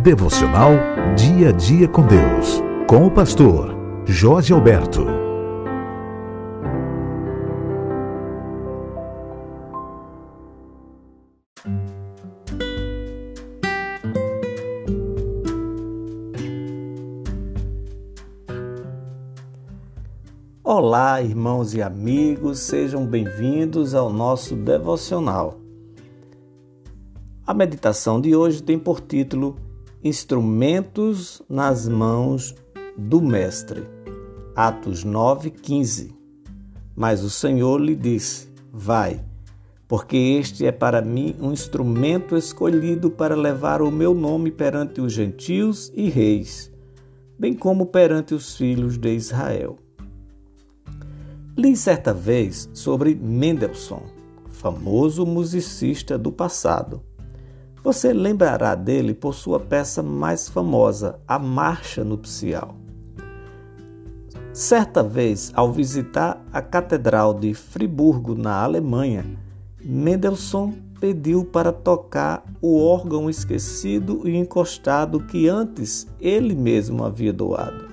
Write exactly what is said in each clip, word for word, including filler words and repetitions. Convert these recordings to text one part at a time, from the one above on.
Devocional Dia a Dia com Deus, com o pastor Jorge Alberto. Olá, irmãos e amigos, sejam bem-vindos ao nosso devocional. A meditação de hoje tem por título Instrumentos nas mãos do Mestre. Atos nove, quinze. Mas o Senhor lhe disse: Vai, porque este é para mim um instrumento escolhido para levar o meu nome perante os gentios e reis, bem como perante os filhos de Israel. Li certa vez sobre Mendelssohn, famoso musicista do passado. Você lembrará dele por sua peça mais famosa, A Marcha Nupcial. Certa vez, ao visitar a Catedral de Friburgo, na Alemanha, Mendelssohn pediu para tocar o órgão esquecido e encostado que antes ele mesmo havia doado.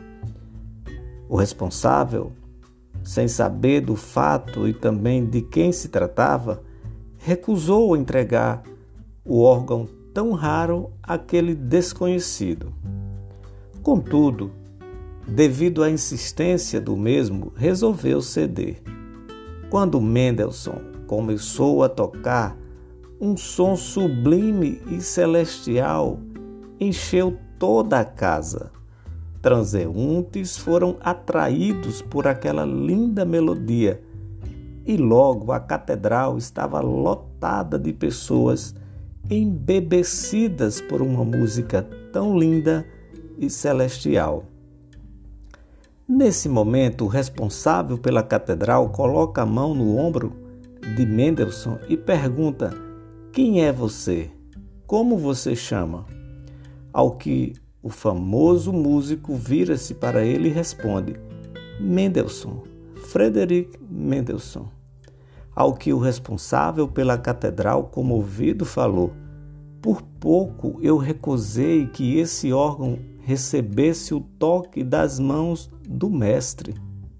O responsável, sem saber do fato e também de quem se tratava, recusou entregar o órgão tão raro àquele desconhecido. Contudo, devido à insistência do mesmo, resolveu ceder. Quando Mendelssohn começou a tocar, um som sublime e celestial encheu toda a casa. Transeuntes foram atraídos por aquela linda melodia e logo a catedral estava lotada de pessoas embebecidas por uma música tão linda e celestial. Nesse momento, o responsável pela catedral coloca a mão no ombro de Mendelssohn e pergunta: Quem é você? Como você chama? Ao que o famoso músico vira-se para ele e responde: Mendelssohn, Friedrich Mendelssohn. Ao que o responsável pela catedral, comovido, falou: Por pouco eu recusei que esse órgão recebesse o toque das mãos do Mestre.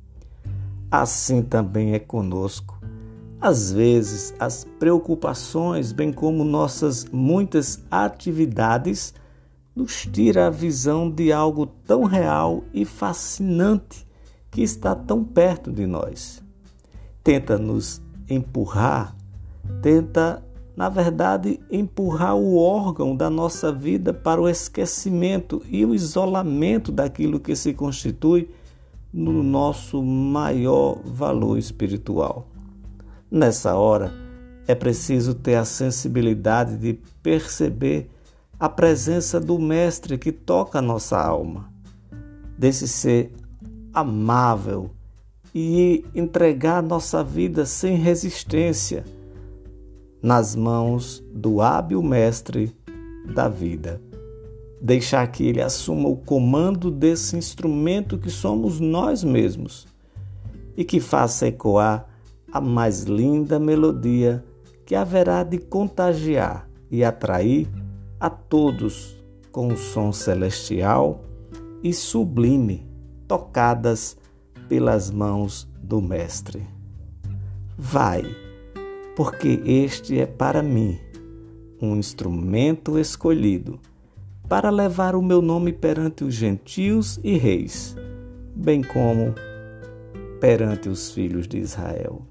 Assim também é conosco. Às vezes, as preocupações, bem como nossas muitas atividades, nos tira a visão de algo tão real e fascinante que está tão perto de nós. Tenta nos empurrar, tenta, na verdade, empurrar o órgão da nossa vida para o esquecimento e o isolamento daquilo que se constitui no nosso maior valor espiritual. Nessa hora, é preciso ter a sensibilidade de perceber a presença do Mestre que toca a nossa alma, desse ser amável, e entregar nossa vida sem resistência nas mãos do hábil Mestre da vida. Deixar que Ele assuma o comando desse instrumento que somos nós mesmos e que faça ecoar a mais linda melodia que haverá de contagiar e atrair a todos com um som celestial e sublime, tocadas pelas mãos do Mestre. Vai, porque este é para mim um instrumento escolhido para levar o meu nome perante os gentios e reis, bem como perante os filhos de Israel.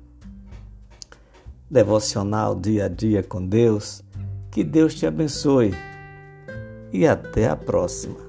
Devocional Dia a Dia com Deus. Que Deus te abençoe e até a próxima.